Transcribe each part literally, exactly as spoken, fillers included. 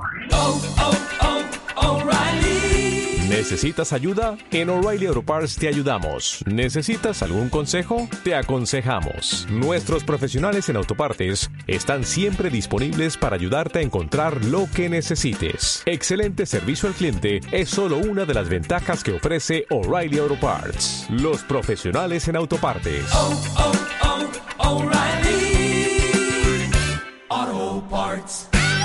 Oh, oh, oh, O'Reilly. ¿Necesitas ayuda? En O'Reilly Auto Parts te ayudamos. ¿Necesitas algún consejo? Te aconsejamos. Nuestros profesionales en autopartes están siempre disponibles para ayudarte a encontrar lo que necesites. Excelente servicio al cliente es solo una de las ventajas que ofrece O'Reilly Auto Parts. Los profesionales en autopartes. Oh, oh, oh, O'Reilly Auto Parts.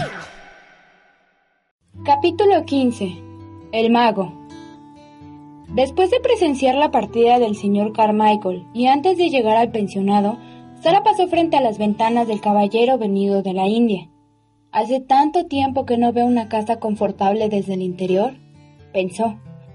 Capítulo quince. El mago. Después de presenciar la partida del señor Carmichael y antes de llegar al pensionado, Sara pasó frente a las ventanas del caballero venido de la India. «Hace tanto tiempo que no veo una casa confortable desde el interior», pensó.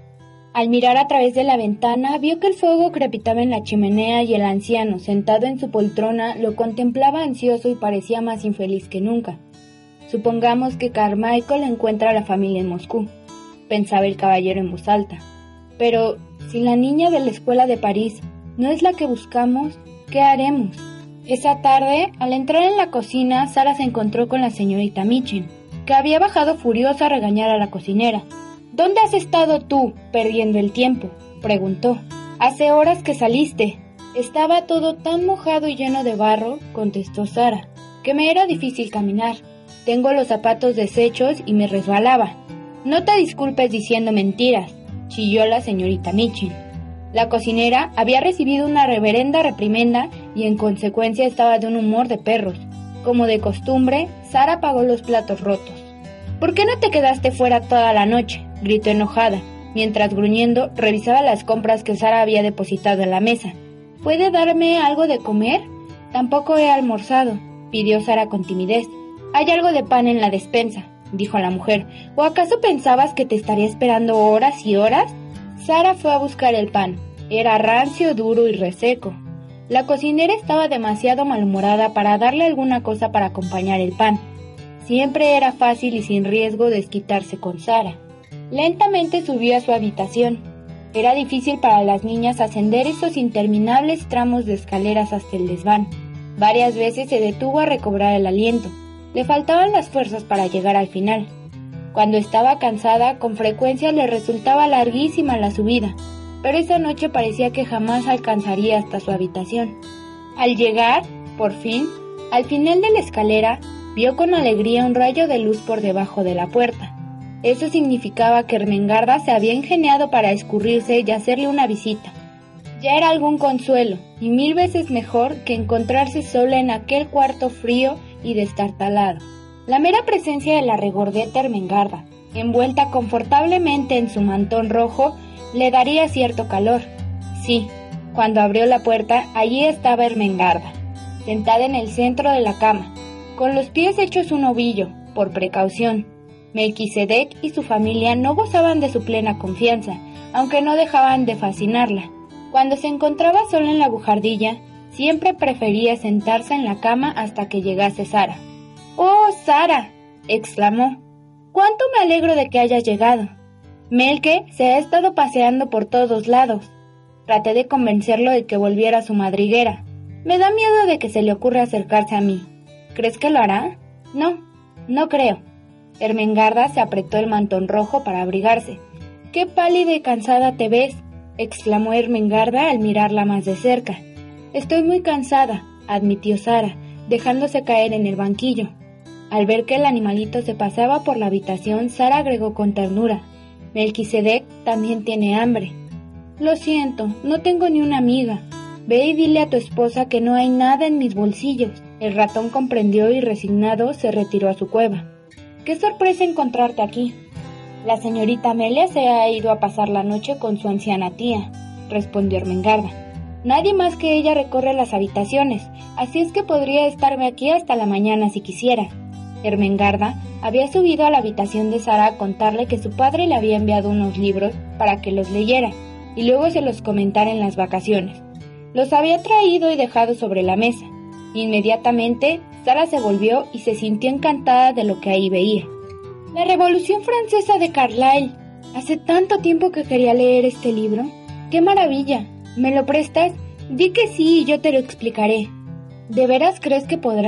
Al mirar a través de la ventana, vio que el fuego crepitaba en la chimenea y el anciano, sentado en su poltrona, lo contemplaba ansioso y parecía más infeliz que nunca. «Supongamos que Carmichael encuentra a la familia en Moscú», pensaba el caballero en voz alta. «Pero, si la niña de la escuela de París no es la que buscamos, ¿qué haremos?». Esa tarde, al entrar en la cocina, Sara se encontró con la señorita Mitchin, que había bajado furiosa a regañar a la cocinera. «¿Dónde has estado tú, perdiendo el tiempo?», preguntó. «Hace horas que saliste». «Estaba todo tan mojado y lleno de barro», contestó Sara, «que me era difícil caminar. Tengo los zapatos deshechos y me resbalaba». «No te disculpes diciendo mentiras», chilló la señorita Mitchin. La cocinera había recibido una reverenda reprimenda y en consecuencia estaba de un humor de perros. Como de costumbre, Sara pagó los platos rotos. «¿Por qué no te quedaste fuera toda la noche?», gritó enojada, mientras gruñendo revisaba las compras que Sara había depositado en la mesa. «¿Puede darme algo de comer? Tampoco he almorzado», pidió Sara con timidez. «Hay algo de pan en la despensa», dijo la mujer. «¿O acaso pensabas que te estaría esperando horas y horas?». Sara fue a buscar el pan. Era rancio, duro y reseco. La cocinera estaba demasiado malhumorada para darle alguna cosa para acompañar el pan. Siempre era fácil y sin riesgo desquitarse con Sara. Lentamente subió a su habitación. Era difícil para las niñas ascender esos interminables tramos de escaleras hasta el desván. Varias veces se detuvo a recobrar el aliento. Le faltaban las fuerzas para llegar al final. Cuando estaba cansada, con frecuencia le resultaba larguísima la subida, pero esa noche parecía que jamás alcanzaría hasta su habitación. Al llegar, por fin, al final de la escalera, vio con alegría un rayo de luz por debajo de la puerta. Eso significaba que Ermengarda se había ingeniado para escurrirse y hacerle una visita. Ya era algún consuelo, y mil veces mejor que encontrarse sola en aquel cuarto frío y destartalado. La mera presencia de la regordeta Ermengarda, envuelta confortablemente en su mantón rojo, le daría cierto calor. Sí, cuando abrió la puerta, allí estaba Ermengarda, sentada en el centro de la cama, con los pies hechos un ovillo, por precaución. Melquisedec y su familia no gozaban de su plena confianza, aunque no dejaban de fascinarla. Cuando se encontraba sola en la bujardilla, siempre prefería sentarse en la cama hasta que llegase Sara. «¡Oh, Sara!», exclamó. «¡Cuánto me alegro de que hayas llegado! Melque se ha estado paseando por todos lados». Traté de convencerlo de que volviera a su madriguera. «Me da miedo de que se le ocurra acercarse a mí». «¿Crees que lo hará?» «No, no creo». Ermengarda se apretó el mantón rojo para abrigarse. «¡Qué pálida y cansada te ves!», exclamó Ermengarda al mirarla más de cerca. «Estoy muy cansada», admitió Sara, dejándose caer en el banquillo. Al ver que el animalito se pasaba por la habitación, Sara agregó con ternura: «Melquisedec también tiene hambre». «Lo siento, no tengo ni una amiga. Ve y dile a tu esposa que no hay nada en mis bolsillos». El ratón comprendió y resignado se retiró a su cueva. «¡Qué sorpresa encontrarte aquí!». «La señorita Amelia se ha ido a pasar la noche con su anciana tía», respondió Ermengarda. «Nadie más que ella recorre las habitaciones, así es que podría estarme aquí hasta la mañana si quisiera». Ermengarda había subido a la habitación de Sara a contarle que su padre le había enviado unos libros para que los leyera y luego se los comentara en las vacaciones. Los había traído y dejado sobre la mesa. Inmediatamente, Sara se volvió y se sintió encantada de lo que ahí veía. «La Revolución Francesa de Carlyle. Hace tanto tiempo que quería leer este libro. ¡Qué maravilla! ¿Me lo prestas? Di que sí y yo te lo explicaré». «¿De veras crees que podrás?»,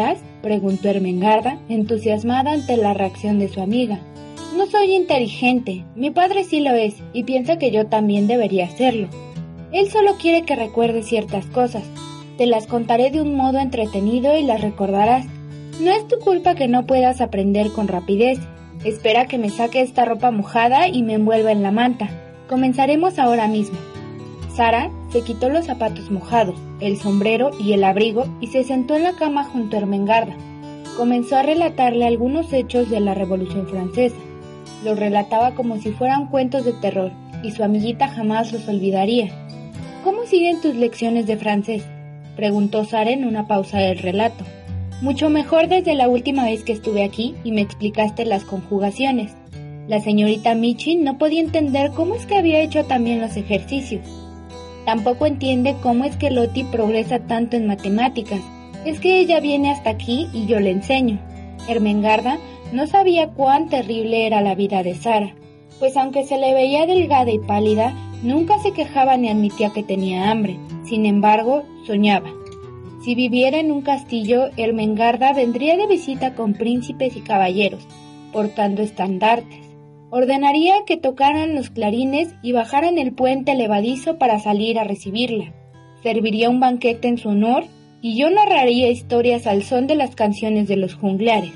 preguntó Ermengarda, entusiasmada ante la reacción de su amiga. No soy inteligente, mi padre sí lo es, y piensa que yo también debería serlo. Él solo quiere que recuerdes ciertas cosas. Te las contaré de un modo entretenido y las recordarás. No es tu culpa que no puedas aprender con rapidez. Espera que me saque esta ropa mojada y me envuelva en la manta. Comenzaremos ahora mismo. Sara se quitó los zapatos mojados, el sombrero y el abrigo y se sentó en la cama junto a Ermengarda. Comenzó a relatarle algunos hechos de la Revolución Francesa. Los relataba como si fueran cuentos de terror y su amiguita jamás los olvidaría. ¿Cómo siguen tus lecciones de francés?, preguntó Sara en una pausa del relato. Mucho mejor desde la última vez que estuve aquí y me explicaste las conjugaciones. La señorita Michin no podía entender cómo es que había hecho también los ejercicios. Tampoco entiende cómo es que Lottie progresa tanto en matemáticas. Es que ella viene hasta aquí y yo le enseño. Ermengarda no sabía cuán terrible era la vida de Sara, pues aunque se le veía delgada y pálida, nunca se quejaba ni admitía que tenía hambre. Sin embargo, soñaba. Si viviera en un castillo, Ermengarda vendría de visita con príncipes y caballeros, portando estandartes. Ordenaría que tocaran los clarines y bajaran el puente levadizo para salir a recibirla. Serviría un banquete en su honor y yo narraría historias al son de las canciones de los juglares.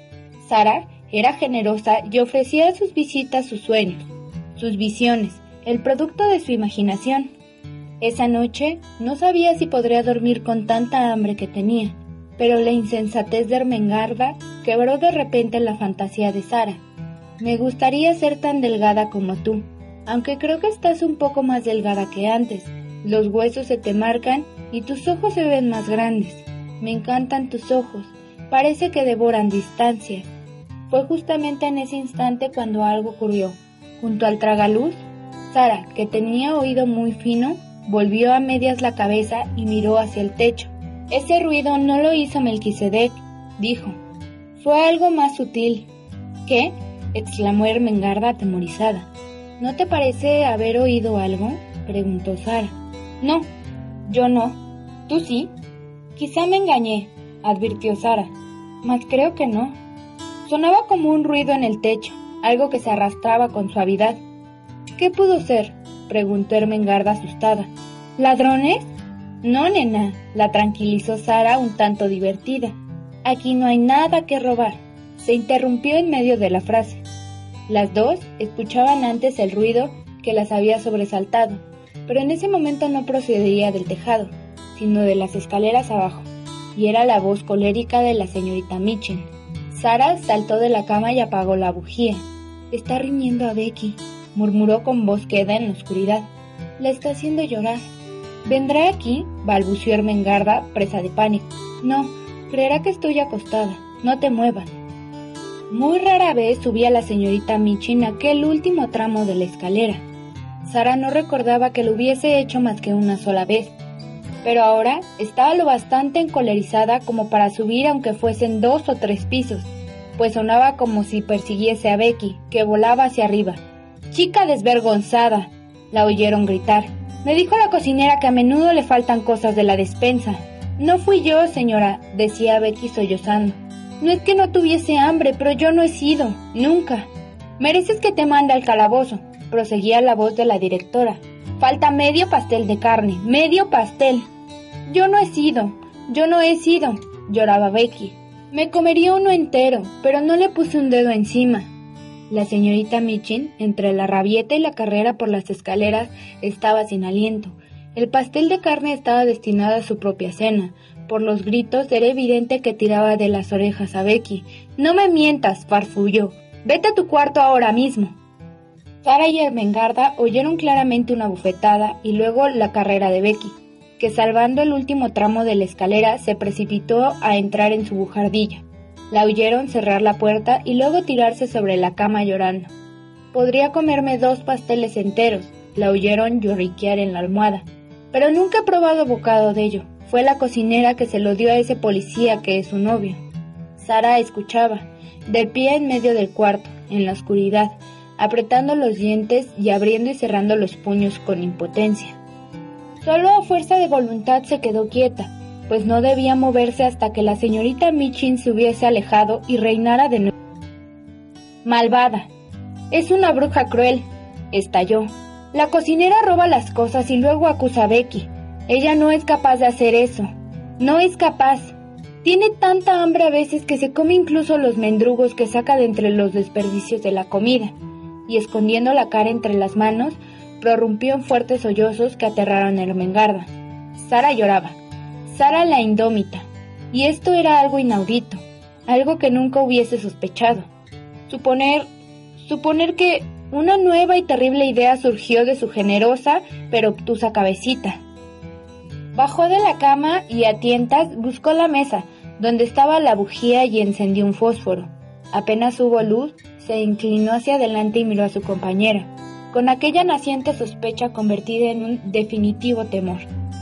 Sara era generosa y ofrecía a sus visitas sus sueños, sus visiones, el producto de su imaginación. Esa noche no sabía si podría dormir con tanta hambre que tenía, pero la insensatez de Ermengarda quebró de repente la fantasía de Sara. Me gustaría ser tan delgada como tú, aunque creo que estás un poco más delgada que antes. Los huesos se te marcan y tus ojos se ven más grandes. Me encantan tus ojos, parece que devoran distancia. Fue justamente en ese instante cuando algo ocurrió. Junto al tragaluz, Sara, que tenía oído muy fino, volvió a medias la cabeza y miró hacia el techo. Ese ruido no lo hizo Melquisedec, dijo. Fue algo más sutil. ¿Qué?, exclamó Ermengarda atemorizada. ¿No te parece haber oído algo?, preguntó Sara. No, yo no. ¿Tú sí? Quizá me engañé, advirtió Sara, mas creo que no. Sonaba como un ruido en el techo, algo que se arrastraba con suavidad. ¿Qué pudo ser?, preguntó Ermengarda asustada. ¿Ladrones? No, nena, la tranquilizó Sara un tanto divertida. Aquí no hay nada que robar. Se interrumpió en medio de la frase. Las dos escuchaban antes el ruido que las había sobresaltado, pero en ese momento no procedía del tejado, sino de las escaleras abajo, y era la voz colérica de la señorita Michin. Sara saltó de la cama y apagó la bujía. Está riñendo a Becky, murmuró con voz queda en la oscuridad. La está haciendo llorar. ¿Vendrá aquí?, balbuceó Ermengarda, presa de pánico. No, creerá que estoy acostada. No te muevas. Muy rara vez subía la señorita Michin aquel último tramo de la escalera. Sara no recordaba que lo hubiese hecho más que una sola vez, pero ahora estaba lo bastante encolerizada como para subir aunque fuesen dos o tres pisos, pues sonaba como si persiguiese a Becky, que volaba hacia arriba. «¡Chica desvergonzada!», la oyeron gritar. «Me dijo la cocinera que a menudo le faltan cosas de la despensa». «No fui yo, señora», decía Becky sollozando. «No es que no tuviese hambre, pero yo no he sido, nunca». «Mereces que te mande al calabozo», proseguía la voz de la directora. «Falta medio pastel de carne, medio pastel». «Yo no he sido, yo no he sido», lloraba Becky. «Me comería uno entero, pero no le puse un dedo encima». La señorita Michin, entre la rabieta y la carrera por las escaleras, estaba sin aliento. El pastel de carne estaba destinado a su propia cena. Por los gritos era evidente que tiraba de las orejas a Becky. «No me mientas», farfulló. «Vete a tu cuarto ahora mismo». Sara y Ermengarda oyeron claramente una bufetada y luego la carrera de Becky, que salvando el último tramo de la escalera se precipitó a entrar en su bujardilla. La oyeron cerrar la puerta y luego tirarse sobre la cama llorando. «Podría comerme dos pasteles enteros», la oyeron lloriquear en la almohada. «Pero nunca he probado bocado de ello. Fue la cocinera que se lo dio a ese policía que es su novio». Sara escuchaba, de pie en medio del cuarto, en la oscuridad, apretando los dientes y abriendo y cerrando los puños con impotencia. Solo a fuerza de voluntad se quedó quieta. pues no debía moverse hasta que la señorita Michin se hubiese alejado y reinara de nuevo. Malvada. Es una bruja cruel, estalló. La cocinera roba las cosas y luego acusa a Becky. Ella no es capaz de hacer eso. No es capaz. Tiene tanta hambre a veces que se come incluso los mendrugos que saca de entre los desperdicios de la comida. Y escondiendo la cara entre las manos, prorrumpió en fuertes sollozos que aterraron a Ermengarda. Sara lloraba. Sara la indómita. Y esto era algo inaudito, algo que nunca hubiese sospechado. Suponer, suponer que una nueva y terrible idea surgió de su generosa pero obtusa cabecita. Bajó de la cama y a tientas buscó la mesa, donde estaba la bujía, y encendió un fósforo. Apenas hubo luz, se inclinó hacia adelante y miró a su compañera, con aquella naciente sospecha convertida en un definitivo temor.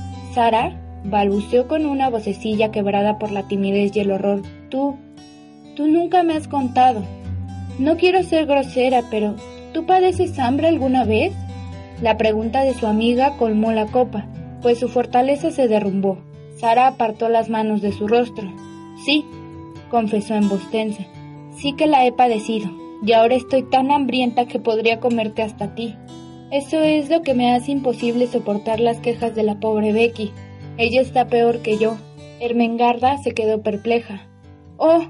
Sara balbuceó con una vocecilla quebrada por la timidez y el horror. Tú, tú nunca me has contado. No quiero ser grosera, pero ¿tú padeces hambre alguna vez? La pregunta de su amiga colmó la copa, pues su fortaleza se derrumbó. Sara apartó las manos de su rostro. Sí, confesó en voz tensa. Sí que la he padecido, y ahora estoy tan hambrienta que podría comerte hasta ti. Eso es lo que me hace imposible soportar las quejas de la pobre Becky. Ella está peor que yo. Ermengarda se quedó perpleja. ¡Oh!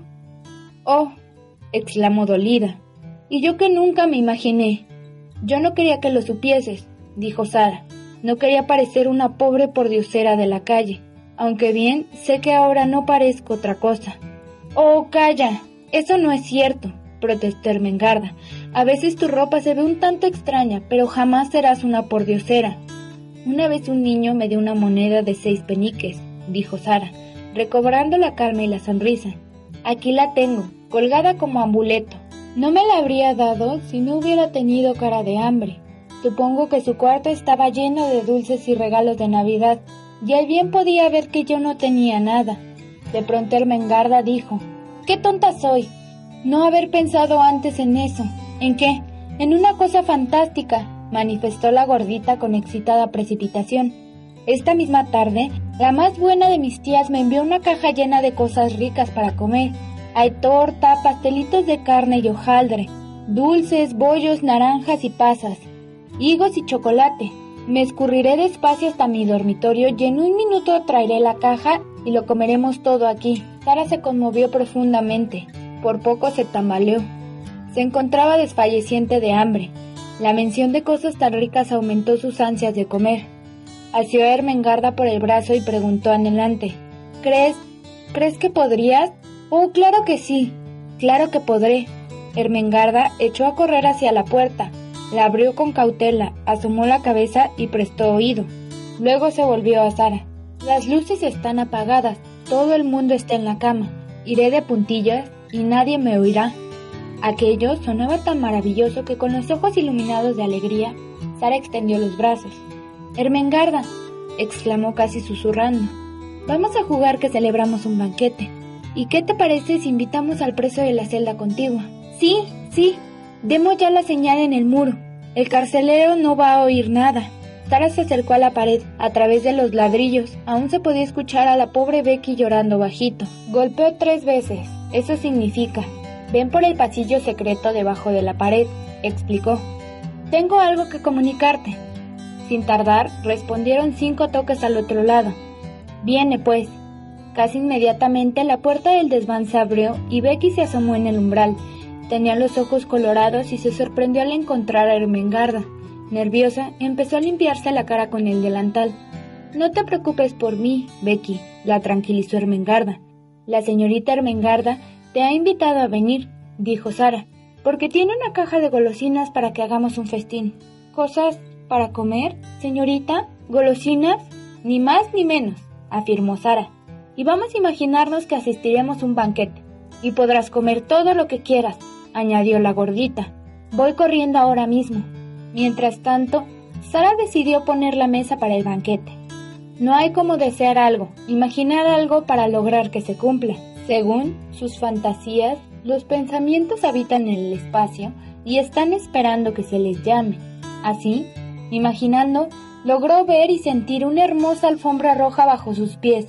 ¡Oh!, exclamó dolida. Y yo que nunca me imaginé. Yo no quería que lo supieses, dijo Sara. No quería parecer una pobre pordiosera de la calle, aunque bien sé que ahora no parezco otra cosa. ¡Oh, calla! Eso no es cierto, protestó Ermengarda. A veces tu ropa se ve un tanto extraña, pero jamás serás una pordiosera. Una vez un niño me dio una moneda de seis peniques, dijo Sara, recobrando la calma y la sonrisa. Aquí la tengo, colgada como amuleto. No me la habría dado si no hubiera tenido cara de hambre. Supongo que su cuarto estaba lleno de dulces y regalos de Navidad, y él bien podía ver que yo no tenía nada. De pronto Ermengarda dijo: ¡Qué tonta soy! No haber pensado antes en eso. ¿En qué? En una cosa fantástica, manifestó la gordita con excitada precipitación. Esta misma tarde, la más buena de mis tías me envió una caja llena de cosas ricas para comer. Hay torta, pastelitos de carne y hojaldre, dulces, bollos, naranjas y pasas, higos y chocolate. Me escurriré despacio hasta mi dormitorio y en un minuto traeré la caja y lo comeremos todo aquí. Sara se conmovió profundamente. Por poco se tambaleó. Se encontraba desfalleciente de hambre. La mención de cosas tan ricas aumentó sus ansias de comer. Asió a Ermengarda por el brazo y preguntó anhelante: ¿Crees, crees que podrías? Oh, claro que sí, claro que podré. Ermengarda echó a correr hacia la puerta, la abrió con cautela, asomó la cabeza y prestó oído. Luego se volvió a Sara. Las luces están apagadas, todo el mundo está en la cama. Iré de puntillas y nadie me oirá. Aquello sonaba tan maravilloso que con los ojos iluminados de alegría, Sara extendió los brazos. Ermengarda, exclamó casi susurrando, vamos a jugar que celebramos un banquete. ¿Y qué te parece si invitamos al preso de la celda contigua? Sí, sí, demos ya la señal en el muro. El carcelero no va a oír nada. Sara se acercó a la pared. A través de los ladrillos aún se podía escuchar a la pobre Becky llorando bajito. Golpeó tres veces. Eso significa: ven por el pasillo secreto debajo de la pared, explicó. Tengo algo que comunicarte. Sin tardar, respondieron cinco toques al otro lado. Viene, pues. Casi inmediatamente la puerta del desván se abrió y Becky se asomó en el umbral. Tenía los ojos colorados y se sorprendió al encontrar a Ermengarda. Nerviosa, empezó a limpiarse la cara con el delantal. No te preocupes por mí, Becky, la tranquilizó Ermengarda. La señorita Ermengarda te ha invitado a venir, dijo Sara, porque tiene una caja de golosinas para que hagamos un festín. ¿Cosas para comer, señorita? ¿Golosinas? Ni más ni menos, afirmó Sara. Y vamos a imaginarnos que asistiremos a un banquete, y podrás comer todo lo que quieras, añadió la gordita. Voy corriendo ahora mismo. Mientras tanto, Sara decidió poner la mesa para el banquete. No hay como desear algo, imaginar algo para lograr que se cumpla. Según sus fantasías, los pensamientos habitan en el espacio y están esperando que se les llame. Así, imaginando, logró ver y sentir una hermosa alfombra roja bajo sus pies,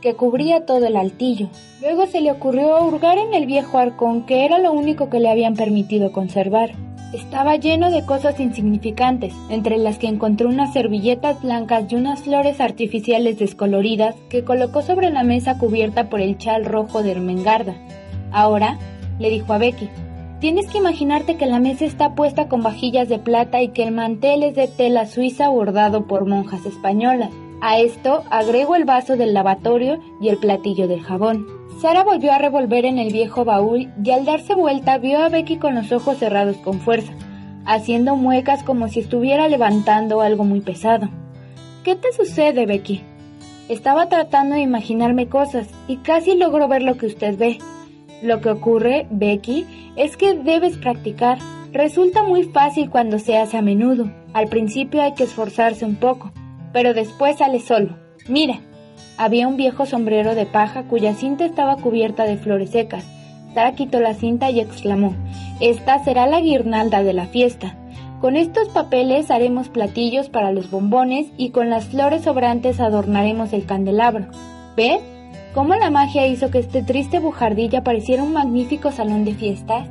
que cubría todo el altillo. Luego se le ocurrió hurgar en el viejo arcón, que era lo único que le habían permitido conservar. Estaba lleno de cosas insignificantes, entre las que encontró unas servilletas blancas y unas flores artificiales descoloridas que colocó sobre la mesa cubierta por el chal rojo de Ermengarda. Ahora, le dijo a Becky, tienes que imaginarte que la mesa está puesta con vajillas de plata y que el mantel es de tela suiza bordado por monjas españolas. A esto agrego el vaso del lavatorio y el platillo del jabón. Sara volvió a revolver en el viejo baúl y al darse vuelta vio a Becky con los ojos cerrados con fuerza, haciendo muecas como si estuviera levantando algo muy pesado. ¿Qué te sucede, Becky? Estaba tratando de imaginarme cosas y casi logro ver lo que usted ve. Lo que ocurre, Becky, es que debes practicar. Resulta muy fácil cuando se hace a menudo. Al principio hay que esforzarse un poco, pero después sale solo. Mira. Había un viejo sombrero de paja cuya cinta estaba cubierta de flores secas. Sara quitó la cinta y exclamó, esta será la guirnalda de la fiesta. Con estos papeles haremos platillos para los bombones y con las flores sobrantes adornaremos el candelabro. ¿Ves cómo la magia hizo que este triste bujardilla pareciera un magnífico salón de fiestas?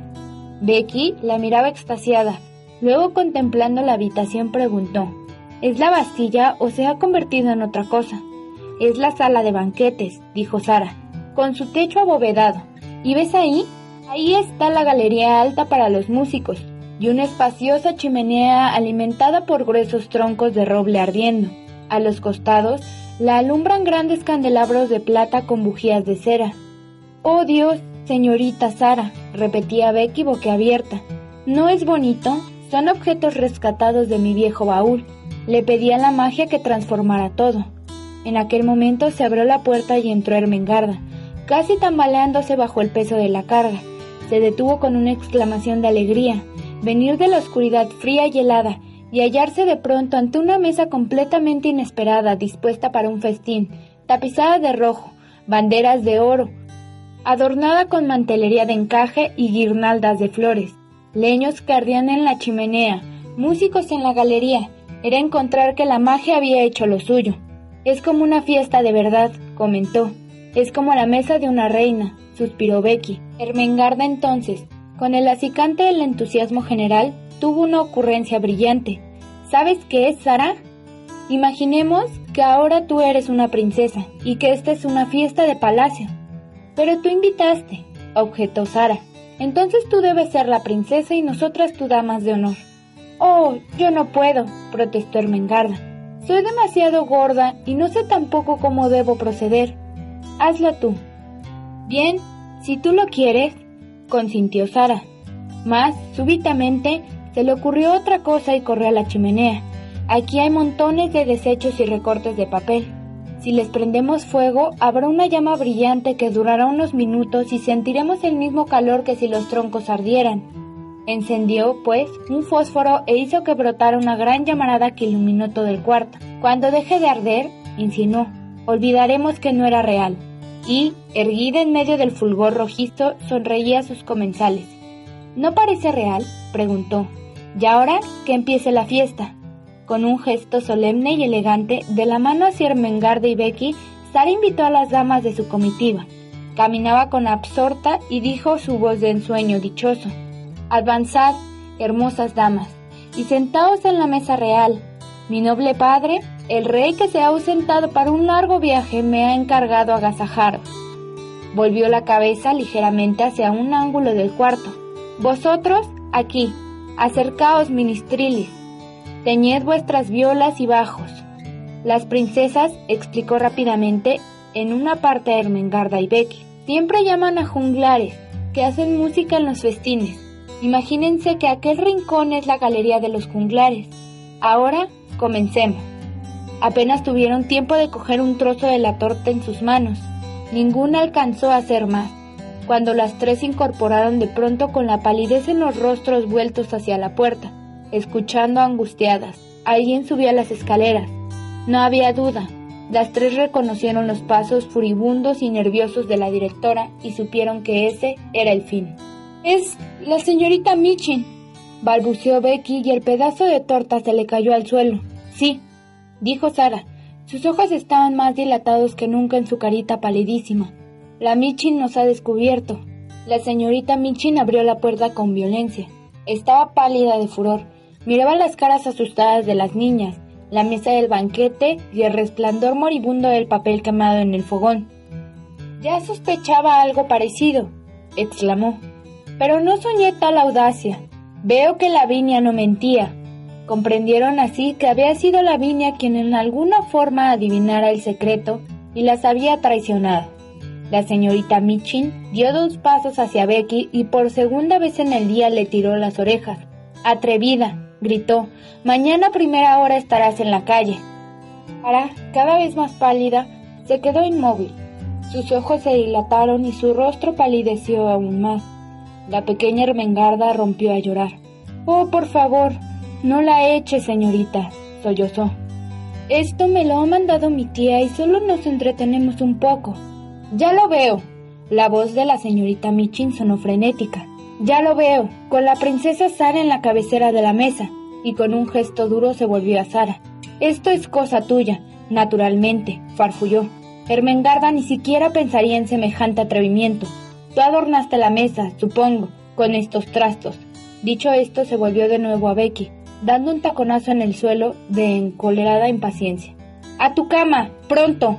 Becky la miraba extasiada. Luego, contemplando la habitación, preguntó, ¿es la Bastilla o se ha convertido en otra cosa? Es la sala de banquetes, dijo Sara, con su techo abovedado. ¿Y ves ahí? Ahí está la galería alta para los músicos y una espaciosa chimenea alimentada por gruesos troncos de roble ardiendo. A los costados la alumbran grandes candelabros de plata con bujías de cera. «Oh Dios, señorita Sara», repetía Becky boquiabierta. «¿No es bonito? Son objetos rescatados de mi viejo baúl. Le pedí a la magia que transformara todo». En aquel momento se abrió la puerta y entró Ermengarda, casi tambaleándose bajo el peso de la carga. Se detuvo con una exclamación de alegría, venir de la oscuridad fría y helada y hallarse de pronto ante una mesa completamente inesperada, dispuesta para un festín, tapizada de rojo, banderas de oro, adornada con mantelería de encaje y guirnaldas de flores, leños que ardían en la chimenea, músicos en la galería. Era encontrar que la magia había hecho lo suyo. «Es como una fiesta de verdad», comentó. «Es como la mesa de una reina», suspiró Becky. Ermengarda entonces, con el acicante del entusiasmo general, tuvo una ocurrencia brillante. ¿Sabes qué es, Sara? Imaginemos que ahora tú eres una princesa y que esta es una fiesta de palacio. Pero tú invitaste, objetó Sara. Entonces tú debes ser la princesa y nosotras tu damas de honor. «Oh, yo no puedo», protestó Ermengarda. «Soy demasiado gorda y no sé tampoco cómo debo proceder. Hazlo tú». «Bien, si tú lo quieres», consintió Sara. Mas, súbitamente, se le ocurrió otra cosa y corrió a la chimenea. «Aquí hay montones de desechos y recortes de papel. Si les prendemos fuego, habrá una llama brillante que durará unos minutos y sentiremos el mismo calor que si los troncos ardieran». Encendió, pues, un fósforo e hizo que brotara una gran llamarada que iluminó todo el cuarto. «Cuando deje de arder», insinuó, «olvidaremos que no era real». Y, erguida en medio del fulgor rojizo, sonreía a sus comensales. «¿No parece real?», preguntó. «Y ahora que empiece la fiesta». Con un gesto solemne y elegante, de la mano hacia Ermengarda y Becky, Sara invitó a las damas de su comitiva. Caminaba con absorta y dijo su voz de ensueño dichoso: «Avanzad, hermosas damas, y sentaos en la mesa real. Mi noble padre, el rey que se ha ausentado para un largo viaje, me ha encargado agasajaros». Volvió la cabeza ligeramente hacia un ángulo del cuarto. «Vosotros, aquí, acercaos, ministriles. Teñed vuestras violas y bajos». Las princesas, explicó rápidamente en una parte a Ermengarda y Becky, siempre llaman a juglares, que hacen música en los festines. Imagínense que aquel rincón es la galería de los juglares. Ahora, comencemos. Apenas tuvieron tiempo de coger un trozo de la torta en sus manos. Ninguna alcanzó a hacer más. Cuando las tres se incorporaron de pronto con la palidez en los rostros vueltos hacia la puerta, escuchando angustiadas. Alguien subía las escaleras. No había duda. Las tres reconocieron los pasos furibundos y nerviosos de la directora y supieron que ese era el fin. «Es la señorita Michin», balbuceó Becky y el pedazo de torta se le cayó al suelo. «Sí», dijo Sara, Sus ojos estaban más dilatados que nunca en su carita palidísima. La Michin nos ha descubierto. La señorita Michin abrió la puerta con violencia. Estaba pálida de furor. Miraba las caras asustadas de las niñas, la mesa del banquete y el resplandor moribundo del papel quemado en el fogón. «Ya sospechaba algo parecido», exclamó. «Pero no soñé tal audacia. Veo que Lavinia no mentía». Comprendieron así que había sido Lavinia quien en alguna forma adivinara el secreto y las había traicionado. La señorita Michin dio dos pasos hacia Becky y por segunda vez en el día le tiró las orejas. «Atrevida», gritó, «mañana a primera hora estarás en la calle». Sara, cada vez más pálida, se quedó inmóvil. Sus ojos se dilataron y su rostro palideció aún más. La pequeña Ermengarda rompió a llorar. «Oh, por favor, no la eche, señorita», sollozó. «Esto me lo ha mandado mi tía y solo nos entretenemos un poco». «Ya lo veo». La voz de la señorita Michin sonó frenética. «Ya lo veo, con la princesa Sara en la cabecera de la mesa», y con un gesto duro se volvió a Sara. «Esto es cosa tuya, naturalmente», farfulló. «Ermengarda ni siquiera pensaría en semejante atrevimiento. Tú adornaste la mesa, supongo, con estos trastos». Dicho esto, se volvió de nuevo a Becky, dando un taconazo en el suelo de encolerada impaciencia. «¡A tu cama! ¡Pronto!».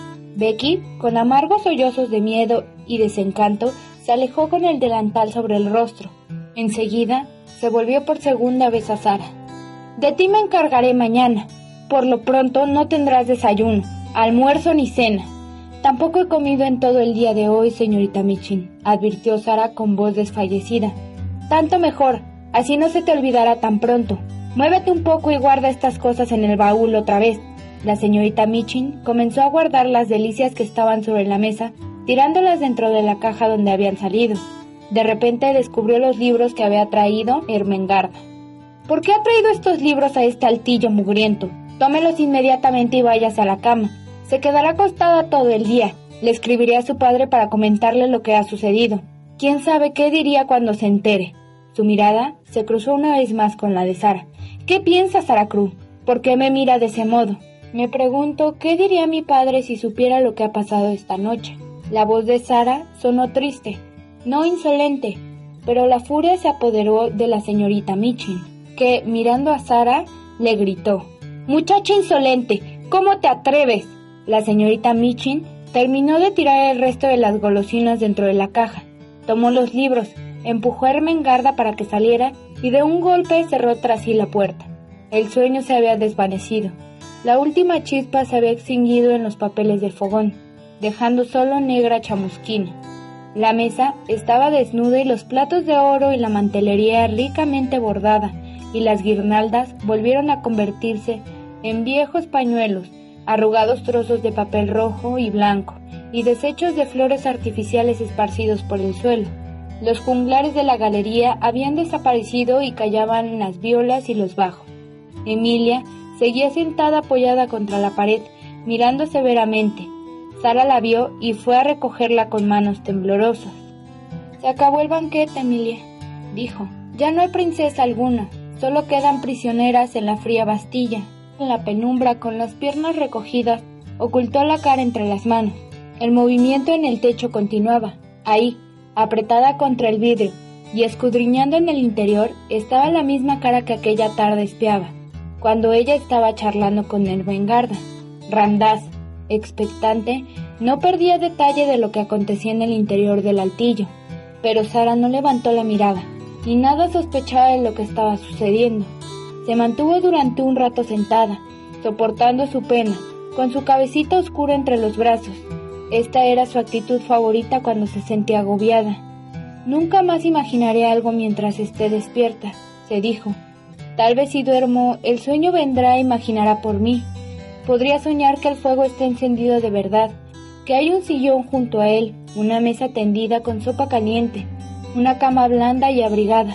Becky, con amargos sollozos de miedo y desencanto, se alejó con el delantal sobre el rostro. Enseguida, se volvió por segunda vez a Sara. «De ti me encargaré mañana. Por lo pronto no tendrás desayuno, almuerzo ni cena». «Tampoco he comido en todo el día de hoy, señorita Michin», advirtió Sara con voz desfallecida. «Tanto mejor, así no se te olvidará tan pronto. Muévete un poco y guarda estas cosas en el baúl otra vez». La señorita Michin comenzó a guardar las delicias que estaban sobre la mesa, tirándolas dentro de la caja donde habían salido. De repente descubrió los libros que había traído Ermengarda. «¿Por qué ha traído estos libros a este altillo mugriento? Tómelos inmediatamente y váyase a la cama. Se quedará acostada todo el día. Le escribiré a su padre para comentarle lo que ha sucedido. ¿Quién sabe qué diría cuando se entere?» Su mirada se cruzó una vez más con la de Sara. «¿Qué piensa, Sara Crewe? ¿Por qué me mira de ese modo?» «Me pregunto qué diría mi padre si supiera lo que ha pasado esta noche». La voz de Sara sonó triste, no insolente, pero la furia se apoderó de la señorita Michin, que, mirando a Sara, le gritó: «¡Muchacha insolente! ¿Cómo te atreves?». La señorita Michin terminó de tirar el resto de las golosinas dentro de la caja, tomó los libros, empujó a Ermengarda para que saliera y de un golpe cerró tras sí la puerta. El sueño se había desvanecido. La última chispa se había extinguido en los papeles del fogón, dejando solo negra chamusquina. La mesa estaba desnuda y los platos de oro y la mantelería ricamente bordada y las guirnaldas volvieron a convertirse en viejos pañuelos, arrugados trozos de papel rojo y blanco y desechos de flores artificiales esparcidos por el suelo. Los juglares de la galería habían desaparecido y callaban las violas y los bajos. Emilia seguía sentada apoyada contra la pared, mirando severamente. Sara la vio y fue a recogerla con manos temblorosas. «Se acabó el banquete, Emilia», dijo. «Ya no hay princesa alguna, solo quedan prisioneras en la fría Bastilla». En la penumbra, con las piernas recogidas, ocultó la cara entre las manos. El movimiento en el techo continuaba. Ahí, apretada contra el vidrio y escudriñando en el interior, estaba la misma cara que aquella tarde espiaba, cuando ella estaba charlando con Ermengarda. Randaz, expectante, no perdía detalle de lo que acontecía en el interior del altillo, pero Sara no levantó la mirada, y nada sospechaba de lo que estaba sucediendo. Se mantuvo durante un rato sentada, soportando su pena, con su cabecita oscura entre los brazos. Esta era su actitud favorita cuando se sentía agobiada. «Nunca más imaginaré algo mientras esté despierta», se dijo. «Tal vez si duermo, el sueño vendrá e imaginará por mí. Podría soñar que el fuego está encendido de verdad, que hay un sillón junto a él, una mesa tendida con sopa caliente, una cama blanda y abrigada».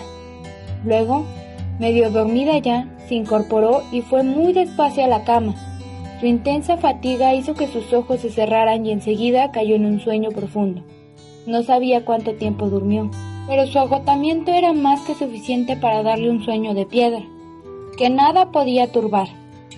Luego, medio dormida ya, se incorporó y fue muy despacio a la cama. Su intensa fatiga hizo que sus ojos se cerraran y enseguida cayó en un sueño profundo. No sabía cuánto tiempo durmió, pero su agotamiento era más que suficiente para darle un sueño de piedra, que nada podía turbar.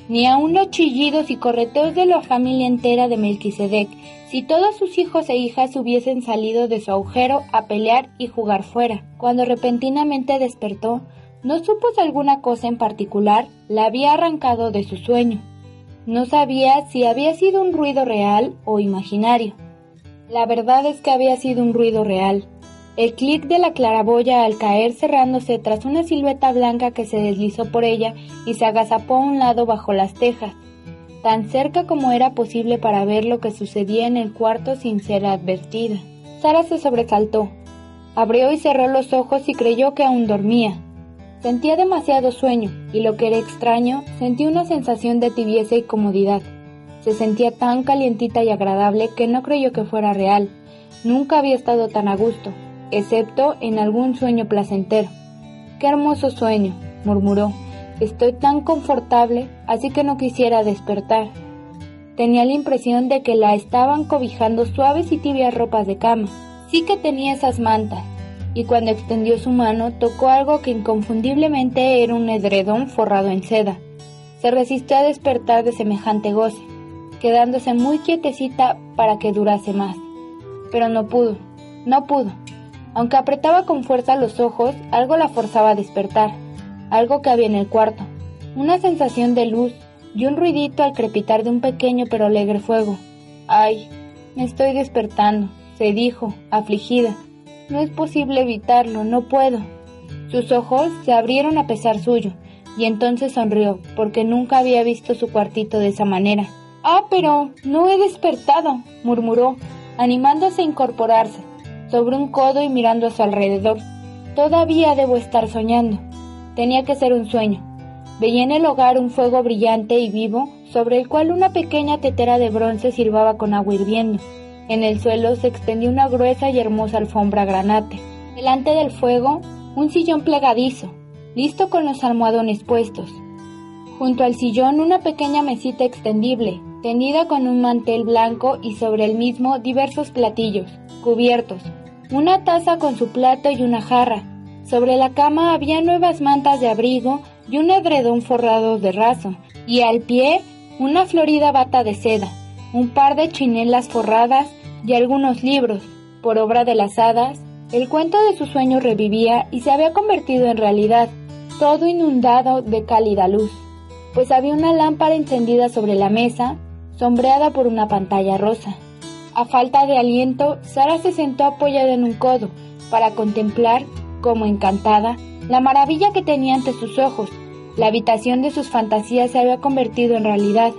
ni aun los chillidos y correteos de la familia entera de Melquisedec, si todos sus hijos e hijas hubiesen salido de su agujero a pelear y jugar fuera. Cuando repentinamente despertó, no supo si alguna cosa en particular la había arrancado de su sueño. No sabía si había sido un ruido real o imaginario. La verdad es que había sido un ruido real. El clic de la claraboya al caer cerrándose tras una silueta blanca que se deslizó por ella y se agazapó a un lado bajo las tejas, tan cerca como era posible para ver lo que sucedía en el cuarto sin ser advertida. Sara se sobresaltó, abrió y cerró los ojos y creyó que aún dormía. Sentía demasiado sueño y, lo que era extraño, sentía una sensación de tibieza y comodidad. Se sentía tan calientita y agradable que no creyó que fuera real. Nunca había estado tan a gusto, excepto en algún sueño placentero. «Qué hermoso sueño», murmuró. «Estoy tan confortable, así que no quisiera despertar». Tenía la impresión de que la estaban cobijando suaves y tibias ropas de cama. Sí que tenía esas mantas, y cuando extendió su mano tocó algo que inconfundiblemente era un edredón forrado en seda. Se resistió a despertar de semejante goce, quedándose muy quietecita para que durase más. Pero no pudo, no pudo. Aunque apretaba con fuerza los ojos, algo la forzaba a despertar, algo que había en el cuarto, una sensación de luz y un ruidito al crepitar de un pequeño pero alegre fuego. «Ay, me estoy despertando», se dijo, afligida. «No es posible evitarlo, no puedo». Sus ojos se abrieron a pesar suyo, y entonces sonrió, porque nunca había visto su cuartito de esa manera. «Ah, pero no he despertado», murmuró, animándose a incorporarse sobre un codo y mirando a su alrededor. «Todavía debo estar soñando». Tenía que ser un sueño. Veía en el hogar un fuego brillante y vivo, sobre el cual una pequeña tetera de bronce silbaba con agua hirviendo. En el suelo se extendía una gruesa y hermosa alfombra granate. Delante del fuego, un sillón plegadizo, listo con los almohadones puestos. Junto al sillón, una pequeña mesita extendible, tendida con un mantel blanco y sobre el mismo diversos platillos, cubiertos, una taza con su plato y una jarra. Sobre la cama había nuevas mantas de abrigo y un edredón forrado de raso, y al pie una florida bata de seda, un par de chinelas forradas y algunos libros. Por obra de las hadas, el cuento de su sueño revivía y se había convertido en realidad, todo inundado de cálida luz, pues había una lámpara encendida sobre la mesa, sombreada por una pantalla rosa. A falta de aliento, Sara se sentó apoyada en un codo para contemplar, como encantada, la maravilla que tenía ante sus ojos. La habitación de sus fantasías se había convertido en realidad.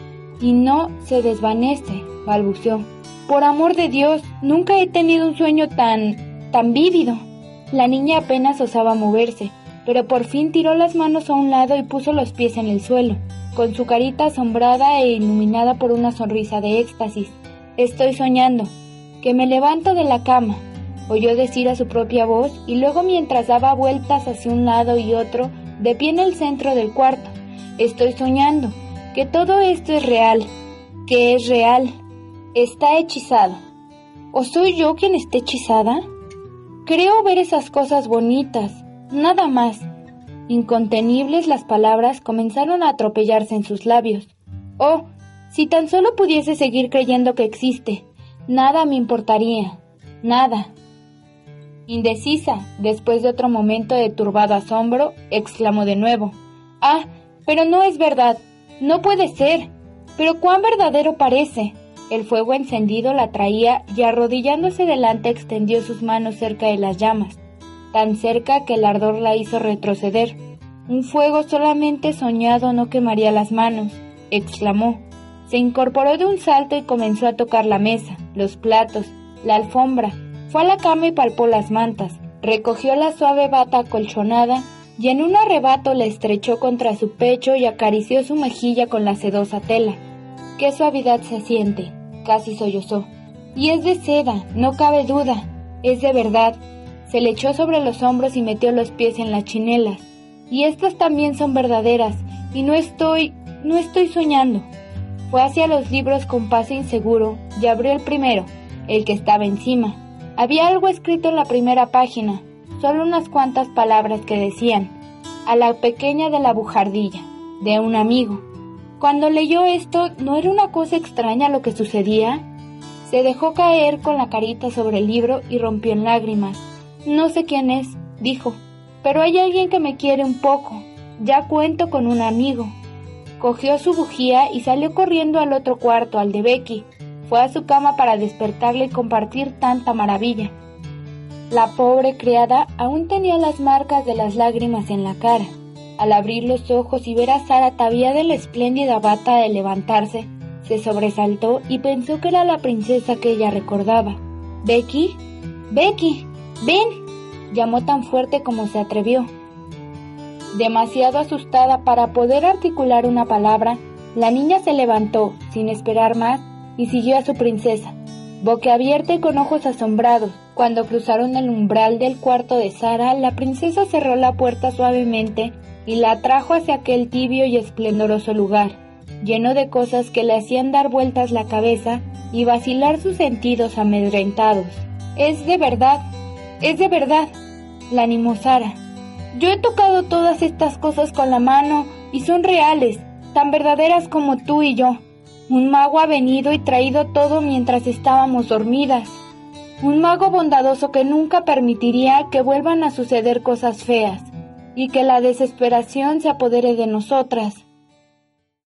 «Y no se desvanece», balbuceó. «Por amor de Dios, nunca he tenido un sueño tan... tan vívido». La niña apenas osaba moverse, pero por fin tiró las manos a un lado y puso los pies en el suelo, con su carita asombrada e iluminada por una sonrisa de éxtasis. «Estoy soñando, que me levanto de la cama», oyó decir a su propia voz, y luego, mientras daba vueltas hacia un lado y otro, de pie en el centro del cuarto: «Estoy soñando, que todo esto es real, que es real, está hechizado. ¿O soy yo quien está hechizada? Creo ver esas cosas bonitas, nada más». Incontenibles las palabras comenzaron a atropellarse en sus labios. «Oh, si tan solo pudiese seguir creyendo que existe, nada me importaría, nada». Indecisa, después de otro momento de turbado asombro, exclamó de nuevo: «Ah, pero no es verdad, no puede ser, pero cuán verdadero parece». El fuego encendido la traía y, arrodillándose delante, extendió sus manos cerca de las llamas, tan cerca que el ardor la hizo retroceder. «Un fuego solamente soñado no quemaría las manos», exclamó. Se incorporó de un salto y comenzó a tocar la mesa, los platos, la alfombra. Fue a la cama y palpó las mantas, recogió la suave bata acolchonada y en un arrebato la estrechó contra su pecho y acarició su mejilla con la sedosa tela. «Qué suavidad se siente», casi sollozó. «Y es de seda, no cabe duda, es de verdad». Se le echó sobre los hombros y metió los pies en las chinelas. «Y estas también son verdaderas, y no estoy, no estoy soñando». Fue hacia los libros con paso inseguro y abrió el primero, el que estaba encima. Había algo escrito en la primera página, solo unas cuantas palabras que decían: «A la pequeña de la bujardilla, de un amigo». Cuando leyó esto, ¿no era una cosa extraña lo que sucedía? Se dejó caer con la carita sobre el libro y rompió en lágrimas. «No sé quién es», dijo, «pero hay alguien que me quiere un poco. Ya cuento con un amigo». Cogió su bujía y salió corriendo al otro cuarto, al de Becky. Fue a su cama para despertarle y compartir tanta maravilla. La pobre criada aún tenía las marcas de las lágrimas en la cara. Al abrir los ojos y ver a Sara ataviada en la espléndida bata de levantarse, se sobresaltó y pensó que era la princesa que ella recordaba. «¿Becky? ¡Becky! ¡Ven!», llamó tan fuerte como se atrevió. Demasiado asustada para poder articular una palabra, la niña se levantó, sin esperar más, y siguió a su princesa, boquiabierta y con ojos asombrados. Cuando cruzaron el umbral del cuarto de Sara, la princesa cerró la puerta suavemente y la trajo hacia aquel tibio y esplendoroso lugar, lleno de cosas que le hacían dar vueltas la cabeza y vacilar sus sentidos amedrentados. «Es de verdad, es de verdad», la animó Sara. «Yo he tocado todas estas cosas con la mano y son reales, tan verdaderas como tú y yo. Un mago ha venido y traído todo mientras estábamos dormidas. Un mago bondadoso que nunca permitiría que vuelvan a suceder cosas feas y que la desesperación se apodere de nosotras».